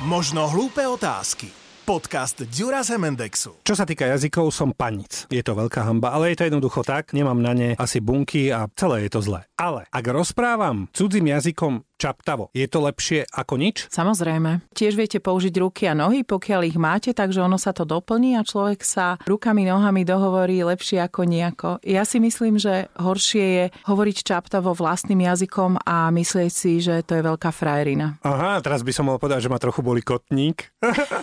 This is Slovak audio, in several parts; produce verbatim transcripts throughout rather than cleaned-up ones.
Možno hlúpe otázky. Podcast Ďura z Hemendexu. Čo sa týka jazykov, som panic. Je to veľká hanba, ale je to jednoducho tak. Nemám na ne asi bunky a celé je to zlé. Ale ak rozprávam cudzým jazykom čaptavo, je to lepšie ako nič? Samozrejme. Tiež viete použiť ruky a nohy, pokiaľ ich máte, takže ono sa to doplní a človek sa rukami, nohami dohovorí lepšie ako nejako. Ja si myslím, že horšie je hovoriť čaptavo vlastným jazykom a myslieť si, že to je veľká frajerina. Aha, teraz by som mohol povedať, že ma trochu boli kotník.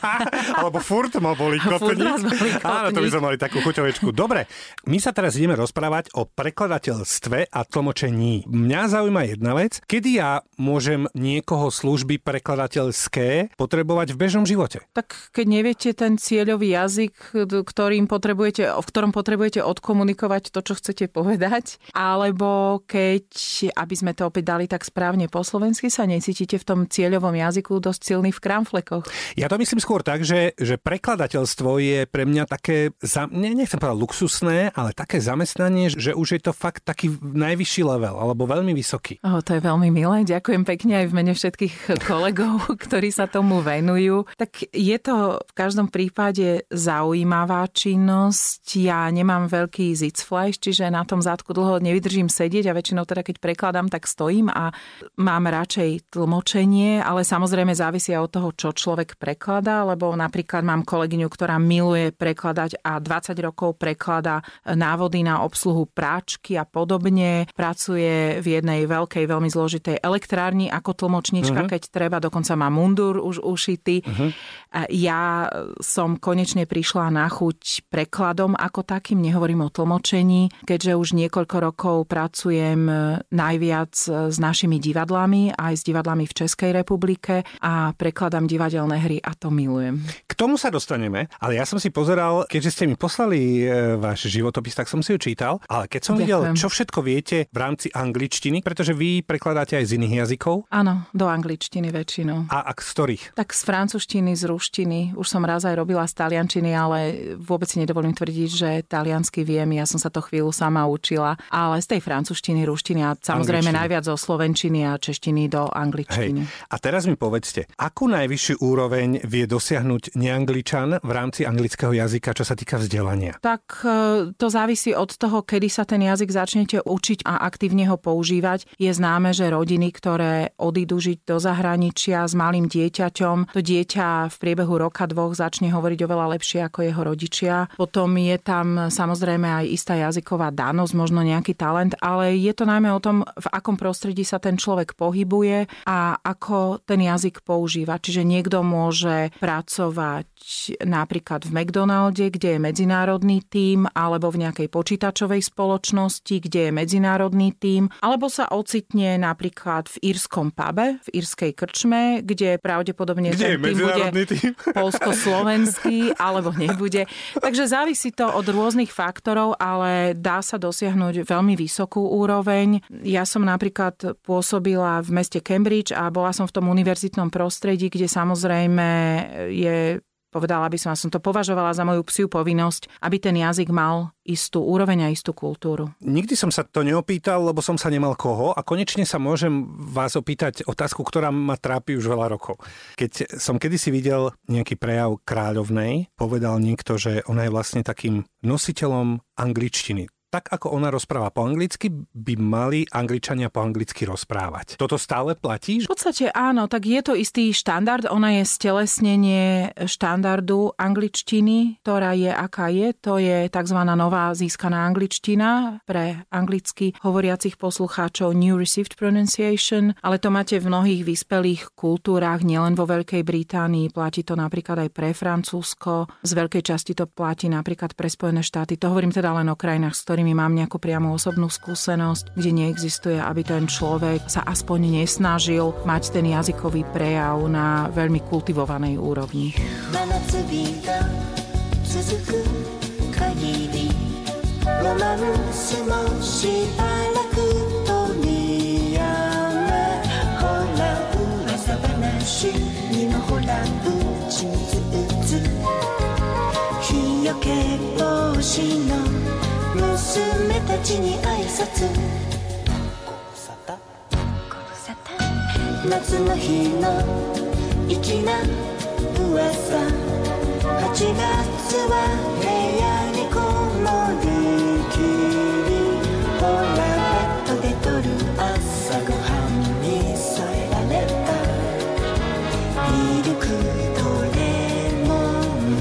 Alebo furt ma boli kotník. Áno, to by sme mali takú chuťovečku. Dobre, my sa teraz ideme rozprávať o prekladateľstve a tlmočení. Mňa zaujíma jedna vec, kedy ja môžem niekoho služby prekladateľské potrebovať v bežnom živote? Tak keď neviete ten cieľový jazyk, ktorým potrebujete, v ktorom potrebujete odkomunikovať to, čo chcete povedať, alebo keď, aby sme to opäť dali tak správne po slovensky, sa necítite v tom cieľovom jazyku dosť silný v kramflekoch. Ja to myslím skôr tak, že, že prekladateľstvo je pre mňa také, ne, nechcem povedať luxusné, ale také zamestnanie, že už je to fakt taký najvyšší level, alebo veľmi vysoký. Oh, to je veľmi milé, ďakujem. Ďakujem pekne aj v mene všetkých kolegov, ktorí sa tomu venujú. Tak je to v každom prípade zaujímavá činnosť. Ja nemám veľký sitzfleisch, čiže na tom zádku dlho nevydržím sedieť a väčšinou teda keď prekladám, tak stojím a mám radšej tlmočenie, ale samozrejme závisia od toho, čo človek prekladá, lebo napríklad mám kolegyňu, ktorá miluje prekladať a dvadsať rokov prekladá návody na obsluhu práčky a podobne. Pracuje v jednej veľkej, veľmi zložitej elektrárni ako tlmočnička, uh-huh. keď treba, dokonca má mundúr už ušitý. Uh-huh. Ja som konečne prišla na chuť prekladom ako takým, nehovorím o tlmočení, keďže už niekoľko rokov pracujem najviac s našimi divadlami, aj s divadlami v Českej republike a prekladám divadelné hry a to milujem. K tomu sa dostaneme, ale ja som si pozeral, keďže ste mi poslali váš životopis, tak som si ho čítal, ale keď som Ďakujem. videl, čo všetko viete v rámci angličtiny, pretože vy prekladáte aj z iných jazykov? Áno, do angličtiny väčšinou. A ak z ktorých? Tak z francúzštiny, z ruštiny. Už som raz aj robila z taliančiny, ale vôbec si nedovolím tvrdiť, že taliansky viem. Ja som sa to chvíľu sama učila. Ale z tej francúzštiny, ruštiny a samozrejme angličtiny. Najviac zo slovenčiny a češtiny do angličtiny. Hej. A teraz mi povedzte, akú najvyššiu úroveň vie dosiahnuť neangličan v rámci anglického jazyka, čo sa týka vzdelania? Tak to závisí od toho, kedy sa ten jazyk začnete učiť a aktívne ho používať. Je známe, že rodiny, ktoré odídu žiť do zahraničia s malým dieťaťom, to dieťa v priebehu roka, dvoch začne hovoriť oveľa lepšie ako jeho rodičia. Potom je tam samozrejme aj istá jazyková danosť, možno nejaký talent, ale je to najmä o tom, v akom prostredí sa ten človek pohybuje a ako ten jazyk používa. Čiže niekto môže pracovať napríklad v McDonalde, kde je medzinárodný tím, alebo v nejakej počítačovej spoločnosti, kde je medzinárodný tím, alebo sa ocitne napríklad v írskom pube, v írskej krčme, kde pravdepodobne kde ten tým bude tým? Poľsko-slovenský, alebo nebude. Takže závisí to od rôznych faktorov, ale dá sa dosiahnuť veľmi vysokú úroveň. Ja som napríklad pôsobila v meste Cambridge a bola som v tom univerzitnom prostredí, kde samozrejme je... Povedala by som, a som to považovala za moju psiu povinnosť, aby ten jazyk mal istú úroveň a istú kultúru. Nikdy som sa to neopýtal, lebo som sa nemal koho a konečne sa môžem vás opýtať otázku, ktorá ma trápi už veľa rokov. Keď som kedysi videl nejaký prejav kráľovnej, povedal niekto, že ona je vlastne takým nositeľom angličtiny. Tak ako ona rozpráva po anglicky, by mali Angličania po anglicky rozprávať. Toto stále platí? V podstate áno, tak je to istý štandard. Ona je stelesnenie štandardu angličtiny, ktorá je aká je. To je tzv. Nová získaná angličtina pre anglicky hovoriacich poslucháčov New Received Pronunciation, ale to máte v mnohých vyspelých kultúrach, nielen vo Veľkej Británii, platí to napríklad aj pre Francúzsko, z veľkej časti to platí napríklad pre Spojené štáty. To hovorím teda len o krajinách, s ktorými mám nejakú priamu osobnú skúsenosť, kde neexistuje, aby ten človek sa aspoň nesnažil mať ten jazykový prejav na veľmi kultivovanej úrovni. 娘たちに挨拶ご無沙汰夏の日の粋な噂はちがつは部屋にこもりきりほらベッドで撮る朝ごはんに添えられたミルクとレモン。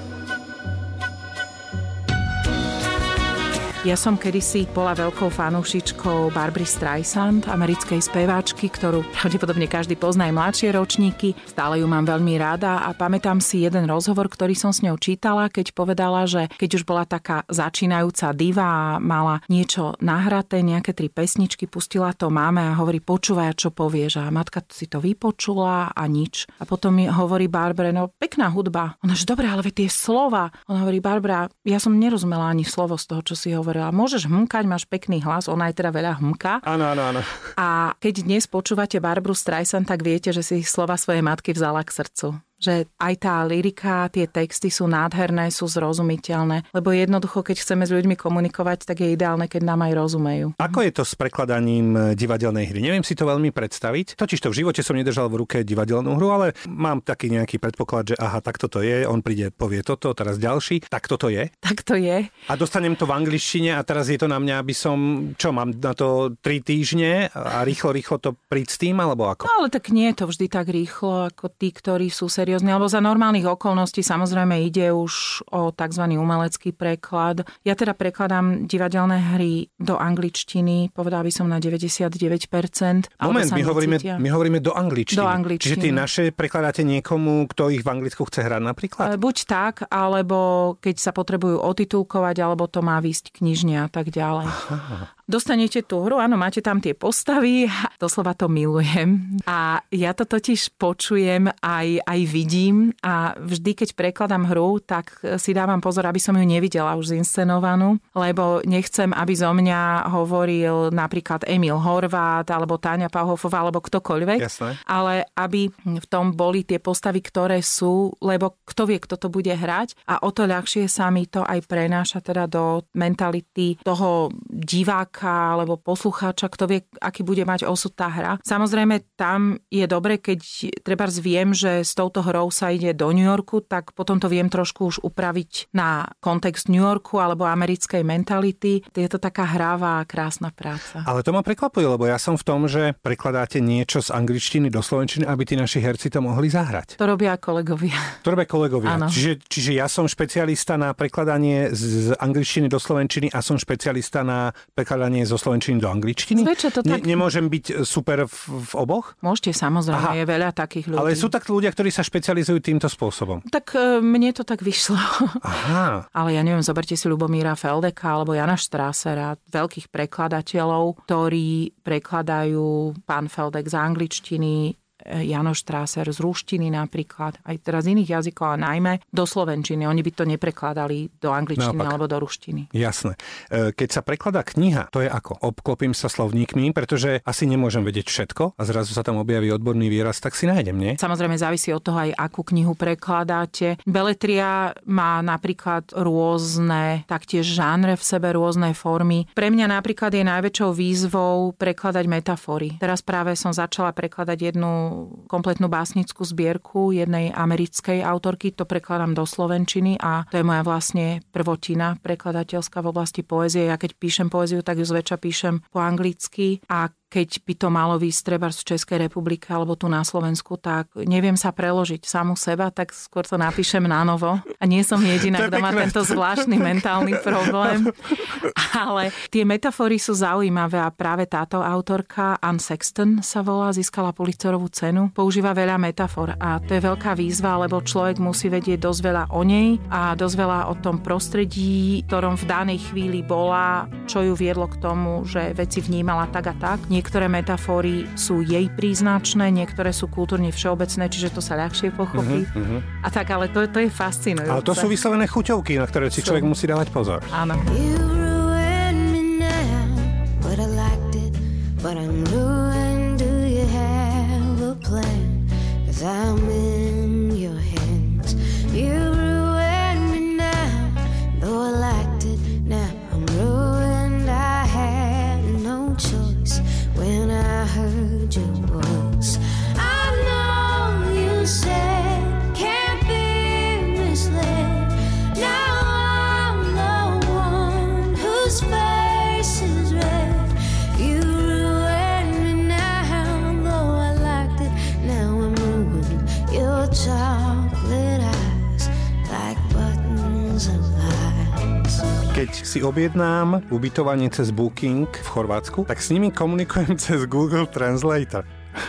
Ja som kedysi bola veľkou fanúšičkou Barbry Streisand, americkej speváčky, ktorú pravdepodobne každý pozná, aj mladšie ročníky. Stále ju mám veľmi rada a pamätám si jeden rozhovor, ktorý som s ňou čítala, keď povedala, že keď už bola taká začínajúca diva a mala niečo nahraté, nejaké tri pesničky, pustila to máme a hovorí, počúvaj, čo povieš. A matka si to vypočula a nič. A potom mi hovorí Barbre, no pekná hudba. Ona, že dobre, ale tie slova. Ona hovorí, Barbara, ja som nerozumela ani slovo z toho, čo si hovorila. Môžeš hmkať, máš pekný hlas, ona aj teda veľa hmka. Áno, áno, áno. A keď dnes počúvate Barbru Streisand, tak viete, že si slova svojej matky vzala k srdcu. Že aj tá lyrika, tie texty sú nádherné, sú zrozumiteľné, lebo jednoducho, keď chceme s ľuďmi komunikovať, tak je ideálne, keď nám aj rozumejú. Ako je to s prekladaním divadelnej hry? Neviem si to veľmi predstaviť. Totižto v živote som nedržal v ruke divadelnú hru, ale mám taký nejaký predpoklad, že aha, tak toto je, on príde, povie toto, teraz ďalší, tak toto je. Tak to je. A dostanem to v angličtine a teraz je to na mňa, aby som, čo mám na to tri týždne a rýchlo, rýchlo to príď s tým, alebo ako? No, ale tak nie je to vždy tak rýchlo, ako tí, ktorí sú seriózni. Lebo za normálnych okolností samozrejme ide už o tzv. Umelecký preklad. Ja teda prekladám divadelné hry do angličtiny, povedala by som na deväťdesiatdeväť percent. Moment, my hovoríme, my hovoríme do angličtiny. Do angličtiny. Čiže tie naše prekladáte niekomu, kto ich v Anglicku chce hrať napríklad? Buď tak, alebo keď sa potrebujú otitulkovať, alebo to má výsť knižne a tak ďalej. Aha. Dostanete tú hru, áno, máte tam tie postavy, doslova to milujem. A ja to totiž počujem, aj, aj vidím a vždy, keď prekladám hru, tak si dávam pozor, aby som ju nevidela už zinscenovanú, lebo nechcem, aby zo mňa hovoril napríklad Emil Horvát, alebo Táňa Pauhofová, alebo ktokoľvek. Jasné. Ale aby v tom boli tie postavy, ktoré sú, lebo kto vie, kto to bude hrať a o to ľahšie sa mi to aj prenáša teda do mentality toho diváka alebo poslucháča, kto vie, aký bude mať osud tá hra. Samozrejme, tam je dobre, keď trebárs viem, že s touto hrou sa ide do New Yorku, tak potom to viem trošku už upraviť na kontext New Yorku alebo americkej mentality. Je to taká hravá, krásna práca. Ale to ma prekvapuje, lebo ja som v tom, že prekladáte niečo z angličtiny do slovenčiny, aby tí naši herci to mohli zahrať. To robia kolegovia. To robia kolegovia. Áno. Čiže, čiže ja som špecialista na prekladanie z angličtiny do slovenčiny a som špecialista na prekladanie zo slovenčiny do angličtiny? To ne, tak... Nemôžem byť super v, v oboch? Môžete, samozrejme, Aha. je veľa takých ľudí. Ale sú tak ľudia, ktorí sa špecializujú týmto spôsobom? Tak mne to tak vyšlo. Aha. Ale ja neviem, zoberte si Ľubomíra Feldeka alebo Jana Štrásera, veľkých prekladateľov, ktorí prekladajú pán Feldek z angličtiny, Janoš Strasser z ruštiny napríklad, aj teraz z iných jazykov, a najmä do slovenčiny. Oni by to neprekladali do angličtiny Naopak. Alebo do ruštiny. Jasné. Keď sa prekladá kniha, to je ako? Obklopím sa slovníkmi, pretože asi nemôžem vedieť všetko a zrazu sa tam objaví odborný výraz, tak si nájdem, nie? Samozrejme závisí od toho aj, akú knihu prekladáte. Beletria má napríklad rôzne, taktiež žánre v sebe, rôzne formy. Pre mňa napríklad je najväčšou výzvou prekladať metafory. Teraz práve som začala prekladať jednu kompletnú básnickú zbierku jednej americkej autorky, to prekladám do slovenčiny a to je moja vlastne prvotina prekladateľská v oblasti poézie. Ja keď píšem poéziu, tak ju zväčša píšem po anglicky a keď by to malo výsť trebárs v Českej republike alebo tu na Slovensku, tak neviem sa preložiť samu seba, tak skôr to napíšem na novo. A nie som jediná, kto má tento zvláštny mentálny problém. Ale tie metafory sú zaujímavé a práve táto autorka, Anne Sexton sa volá, získala Pulitzerovú cenu. Používa veľa metafor a to je veľká výzva, lebo človek musí vedieť dosť veľa o nej a dosť veľa o tom prostredí, ktorom v danej chvíli bola, čo ju viedlo k tomu, že veci vnímala tak a tak. Niektoré metafory sú jej príznačné, niektoré sú kultúrne všeobecné, čiže to sa ľahšie pochopí. Uh-huh, uh-huh. A tak, ale to, to je fascinujúce. Ale to sú vyslovené chuťovky, na ktoré si sú. Človek musí dávať pozor. Áno. Heard your voice. I know you said can't chocolate eyes like buttons of ice. Keď si objednám ubytovanie cez Booking v Chorvátsku, tak s nimi komunikujem cez Google Translator.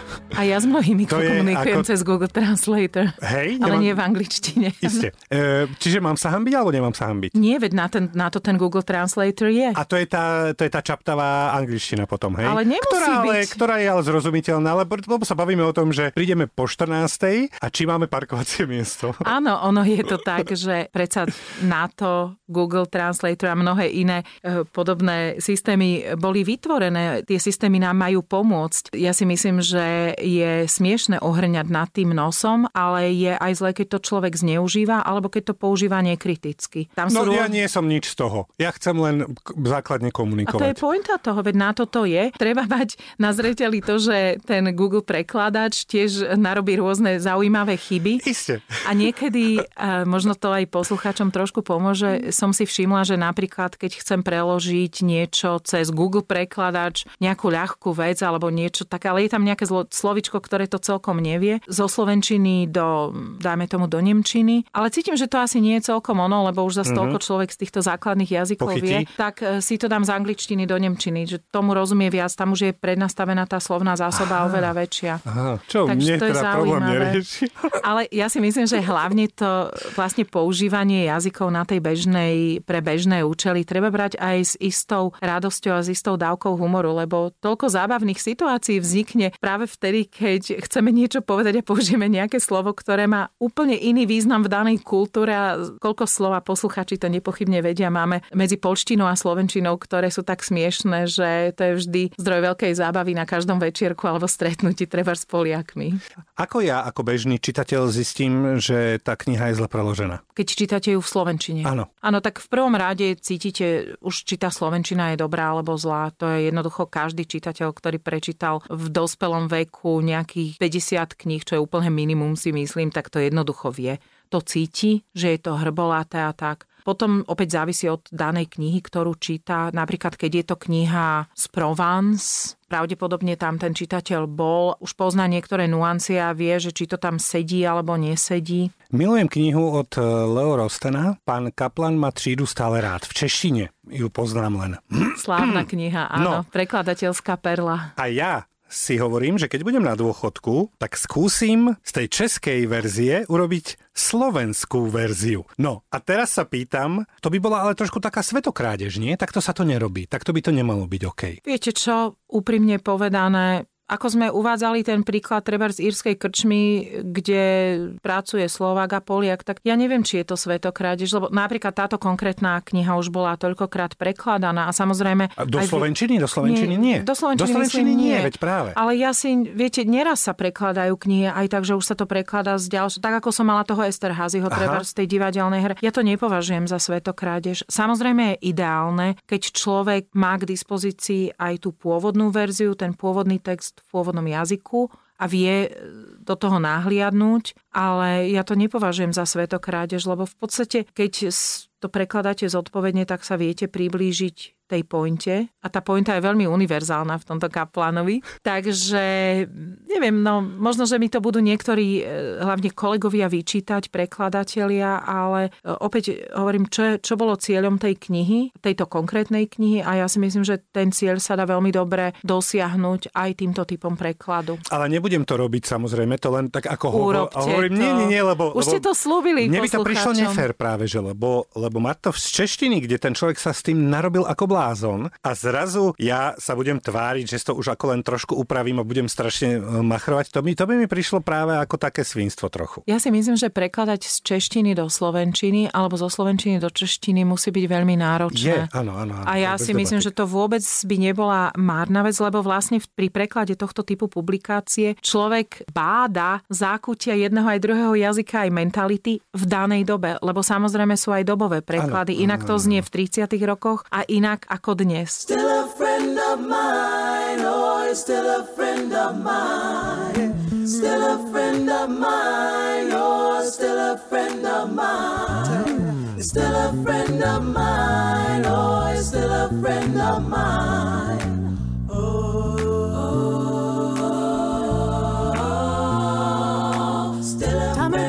A ja s mnohými To je komunikujem ako- cez Google Translator. Hej, Ale nemám- nie v angličtine. Isté. E, čiže mám sa hambiť, alebo nemám sa hambiť? Nie, veď na, ten, na to ten Google Translator je. A to je tá, to je tá čaptavá angličtina potom, hej? Ale nemusí ktorá, ale, byť. ktorá je ale zrozumiteľná, lebo, lebo sa bavíme o tom, že prídeme po štrnástej a či máme parkovacie miesto. Áno, ono je to tak, že predsa na to Google Translator a mnohé iné e, podobné systémy boli vytvorené. Tie systémy nám majú pomôcť. Ja si myslím, že je smiešne ohrňať nad tým nosom, ale je aj zle, keď to človek zneužíva, alebo keď to používa nekriticky. Tam No sú ja rôz- nie som nič z toho. Ja chcem len k- základne A to je komunikovať. pointa toho, veď na toto je. Treba mať na zreteli to, že ten Google prekladač tiež narobí rôzne zaujímavé chyby. Isté. A niekedy, a možno to aj poslucháčom trošku pomôže, som si všimla, že napríklad, keď chcem preložiť niečo cez Google prekladač, nejakú ľahkú vec alebo niečo také, ale je tam nejaké zlo, slovičko, ktoré to celkom nevie, zo slovenčiny do, dajme tomu, do nemčiny, ale cítim, že to asi nie je celkom ono, lebo už za toľko človek z týchto základných jazykov Pochytí. vie, tak e, si to dám z angličtiny do nemčiny, že tomu rozumie viac, tam už je prednastavená tá slovná zásoba oveľa väčšia. Aha, čo Takže mne to je teda problém zaujímavé. nerieši. Ale ja si myslím, že hlavne to vlastne používanie jazykov na tej bežnej, pre bežné účely treba brať aj s istou radosťou a s istou dávkou humoru, lebo toľko zábavných situácií vznikne práve vtedy, keď chceme niečo povedať a použijeme nejaké slovo, ktoré má úplne iný význam v danej kultúre a koľko slova posluchači to nepochybne vedia. Máme medzi poľštinou a slovenčinou, ktoré sú tak smiešné, že to je vždy zdroj veľkej zábavy na každom večierku alebo stretnutí treba s Poliakmi. Ako ja, ako bežný čitateľ, zistím, že tá kniha je zle preložená? Keď čítate ju v slovenčine. Áno. Áno, tak v prvom rade cítite, už či tá slovenčina je dobrá alebo zlá. To je jednoducho každý čitateľ, ktorý prečítal v dospelom veku nejakých päťdesiat kníh, čo je úplne minimum, si myslím, tak to jednoducho vie. To cíti, že je to hrbolaté a tak. Potom opäť závisí od danej knihy, ktorú číta. Napríklad, keď je to kniha z Provence, pravdepodobne tam ten čitateľ bol, už pozná niektoré nuancie a vie, že či to tam sedí alebo nesedí. Milujem knihu od Leo Rostena. Pán Kaplan má třídu stále rád. V češtine ju poznám len. Slávna kniha, áno. No. Prekladateľská perla. A ja si hovorím, že keď budem na dôchodku, tak skúsim z tej českej verzie urobiť slovenskú verziu. No a teraz sa pýtam, to by bola ale trošku taká svetokrádež, nie? Takto sa to nerobí. Takto by to nemalo byť OK. Viete čo, úprimne povedané, ako sme uvádzali ten príklad treba z írskej krčmy, kde pracuje Slovák a Poliak, tak ja neviem, či je to svetokrádež, lebo napríklad táto konkrétna kniha už bola toľkokrát prekladaná a samozrejme... A do aj slovenčiny? Do slovenčiny nie. Do slovenčiny, do slovenčiny myslím, nie, nie, veď práve. Ale ja si, viete, neraz sa prekladajú knihy aj tak, že už sa to prekladá z ďalšie. Tak ako som mala toho Esterházyho treba z tej divadelnej hry. Ja to nepovažujem za svetokrádež. Samozrejme je ideálne, keď človek má k dispozícii aj tú pôvodnú verziu, ten pôvodný text v pôvodnom jazyku a vie do toho nahliadnúť, ale ja to nepovažujem za svetokrádež, lebo v podstate, keď to prekladáte zodpovedne, tak sa viete priblížiť tej pointe. A tá pointa je veľmi univerzálna v tomto Kaplanovi. Takže, neviem, no možno, že mi to budú niektorí, hlavne kolegovia, vyčítať, prekladatelia, ale opäť hovorím, čo, je, čo bolo cieľom tej knihy, tejto konkrétnej knihy a ja si myslím, že ten cieľ sa dá veľmi dobre dosiahnuť aj týmto typom prekladu. Ale nebudem to robiť, samozrejme, to len tak ako hovor, Urobte hovorím, to. nie, nie, nie, lebo... Už lebo ste to slúbili mne by to prišlo poslucháčom. nefér práve, že lebo, lebo mať to z češtiny, kde ten človek sa s tým narobil ako blázon a zrazu ja sa budem tváriť, že to už ako len trošku upravím a budem strašne machrovať, to by, to by mi prišlo práve ako také svinstvo trochu. Ja si myslím, že prekladať z češtiny do slovenčiny alebo zo slovenčiny do češtiny musí byť veľmi náročné. Je, áno, áno. áno a ja bez si myslím, debaty. že to vôbec by nebola márna vec, lebo vlastne pri preklade tohto typu publikácie človek báda zákutia jedného aj druhého jazyka aj mentality v danej dobe, lebo samozrejme sú aj dobové preklady. Áno, inak to znie v tridsiatych rokoch a inak ako dnes. Still a friend of mine, oh, you're still a friend of mine. Still a friend of mine, oh, still a friend of mine. You're still a friend of mine, oh, you're still a friend of mine. Oh, still a friend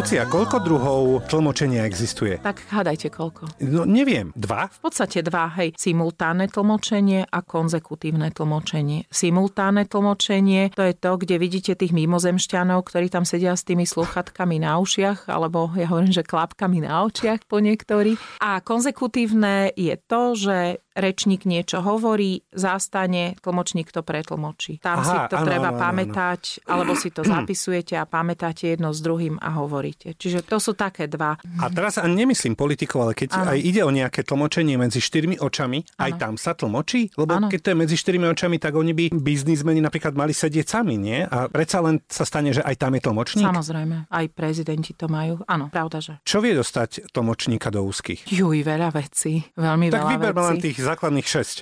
Lucia, koľko druhov tlmočenia existuje? Tak hádajte koľko. No neviem, dva? V podstate dva, hej. Simultánne tlmočenie a konzekutívne tlmočenie. Simultánne tlmočenie, to je to, kde vidíte tých mimozemšťanov, ktorí tam sedia s tými slúchatkami na ušiach, alebo ja hovorím, že klapkami na očiach po niektorí. A konzekutívne je to, že rečník niečo hovorí, zastane, tlmočník to pretlmočí. Tam Aha, si to áno, treba áno, pamätať, áno. alebo si to zapisujete a pamätáte jedno s druhým a hovoríte. Čiže to sú také dva. A teraz ani nemyslím politikov, ale keď áno. aj ide o nejaké tlmočenie medzi štyrmi očami, áno. aj tam sa tlmočí? Lebo áno. keď to je medzi štyrmi očami, tak oni by biznismeni napríklad mali sedieť sami, nie? A predsa len sa stane, že aj tam je tlmočník? Samozrejme, aj prezidenti to majú. Áno, pravda, že. Čo vie dostať tlmočníka do úzkých? Juj, veľa vecí. Veľmi tak veľa vecí. Tak vyber len tých základných šesť.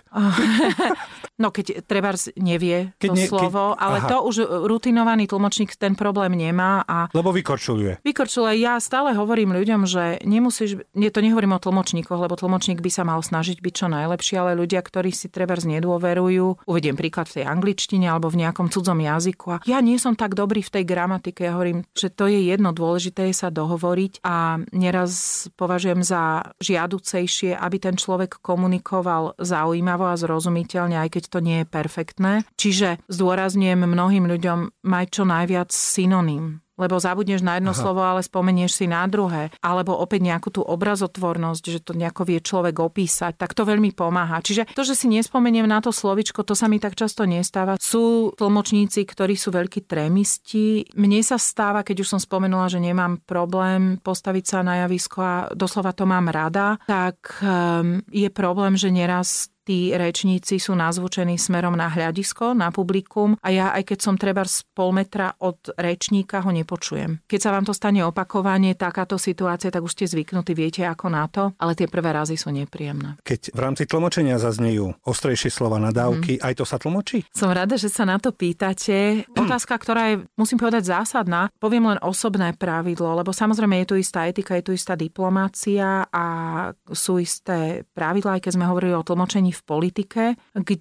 No keď trebárs nevie keď to ne, slovo, keď, ale aha. to už rutinovaný tlmočník ten problém nemá. A lebo vykorčuluje. Vykorčuluje. Ja stále hovorím ľuďom, že nemusíš, nie, to nehovorím o tlmočníkoch, lebo tlmočník by sa mal snažiť byť čo najlepší, ale ľudia, ktorí si trebárs nedôverujú, uvediem príklad v tej angličtine alebo v nejakom cudzom jazyku. A ja nie som tak dobrý v tej gramatike. Ja hovorím, že to je jedno, dôležité je sa dohovoriť a neraz považujem za žiaducejšie, aby ten človek komunikoval zaujímavo a zrozumiteľne, aj keď to nie je perfektné. Čiže zdôrazňujem mnohým ľuďom mať čo najviac synonym. Lebo zabudneš na jedno Aha. slovo, ale spomenieš si na druhé. Alebo opäť nejakú tú obrazotvornosť, že to nejako vie človek opísať, tak to veľmi pomáha. Čiže to, že si nespomeniem na to slovičko, to sa mi tak často nestáva. Sú tlmočníci, ktorí sú veľkí trémisti. Mne sa stáva, keď už som spomenula, že nemám problém postaviť sa na javisko a doslova to mám rada, tak um, je problém, že neraz tí rečníci sú nazvučení smerom na hľadisko, na publikum a ja, aj keď som treba z pol metra od rečníka, ho nepočujem. Keď sa vám to stane opakovane, takáto situácia, tak už ste zvyknutí, viete ako na to, ale tie prvé razy sú nepríjemné. Keď v rámci tlmočenia zaznejú ostrejšie slova, nadávky, mm. aj to sa tlmočí? Som rada, že sa na to pýtate. Otázka, ktorá je, musím povedať, zásadná. Poviem len osobné pravidlo, lebo samozrejme je tu istá etika, je tu istá diplomácia a sú isté pravidlá, aj keď sme hovorili o tlmočení v politike,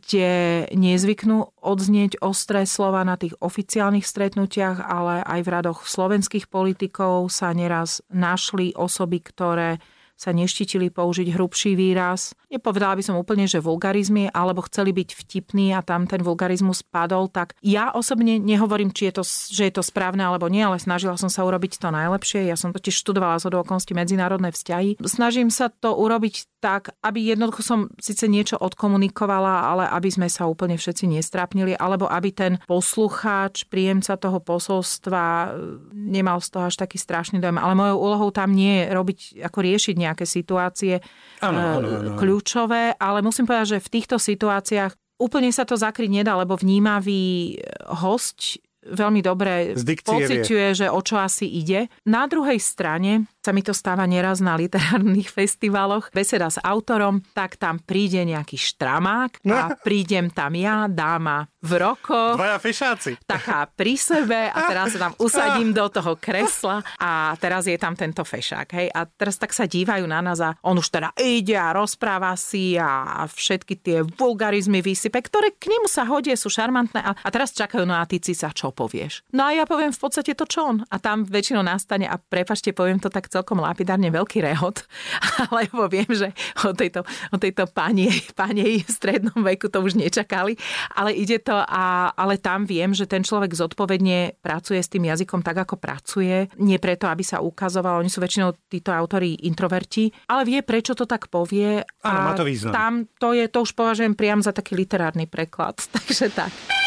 kde nezvyknú odznieť ostré slova na tých oficiálnych stretnutiach, ale aj v radoch slovenských politikov sa neraz našli osoby, ktoré sa neštítili použiť hrubší výraz. Nepovedala by som úplne, že vulgarizmy, alebo chceli byť vtipní a tam ten vulgarizmus padol, tak ja osobne nehovorím, či je to, že je to správne alebo nie, ale snažila som sa urobiť to najlepšie. Ja som totiž študovala zhodou okolností medzinárodné vzťahy. Snažím sa to urobiť tak, aby jednoducho som síce niečo odkomunikovala, ale aby sme sa úplne všetci nestrápnili, alebo aby ten poslucháč, príjemca toho posolstva nemal z toho až taký strašný dojem. Ale mojou úlohou tam nie je robiť, ako riešiť nejaké situácie ano, ano, ano. kľúčové, ale musím povedať, že v týchto situáciách úplne sa to zakryť nedá, lebo vnímavý hosť veľmi dobre pociťuje, že o čo asi ide. Na druhej strane sa mi to stáva neraz na literárnych festivaloch, beseda s autorom, tak tam príde nejaký štramák a prídem tam ja, dáma v rokoch. Dvaja fešáci. Taká pri sebe a teraz sa tam usadím do toho kresla a teraz je tam tento fešák. Hej? A teraz tak sa dívajú na nás a on už teda ide a rozpráva si a všetky tie vulgarizmy vysype, ktoré k nemu sa hodia, sú šarmantné a, a teraz čakajú, no a ty si sa čo povieš? No a ja poviem v podstate to, čo on. A tam väčšinou nastane, a prepáčte, poviem to tak celkom lapidárne, veľký rehot, lebo viem, že o tejto, o tejto pani, pani v strednom veku to už nečakali, ale ide to, a, ale tam viem, že ten človek zodpovedne pracuje s tým jazykom tak, ako pracuje. Nie preto, aby sa ukazoval, oni sú väčšinou títo autori introverti, ale vie, prečo to tak povie. Áno, má to význam. Tam to je, to už považujem priam za taký literárny preklad. Takže tak.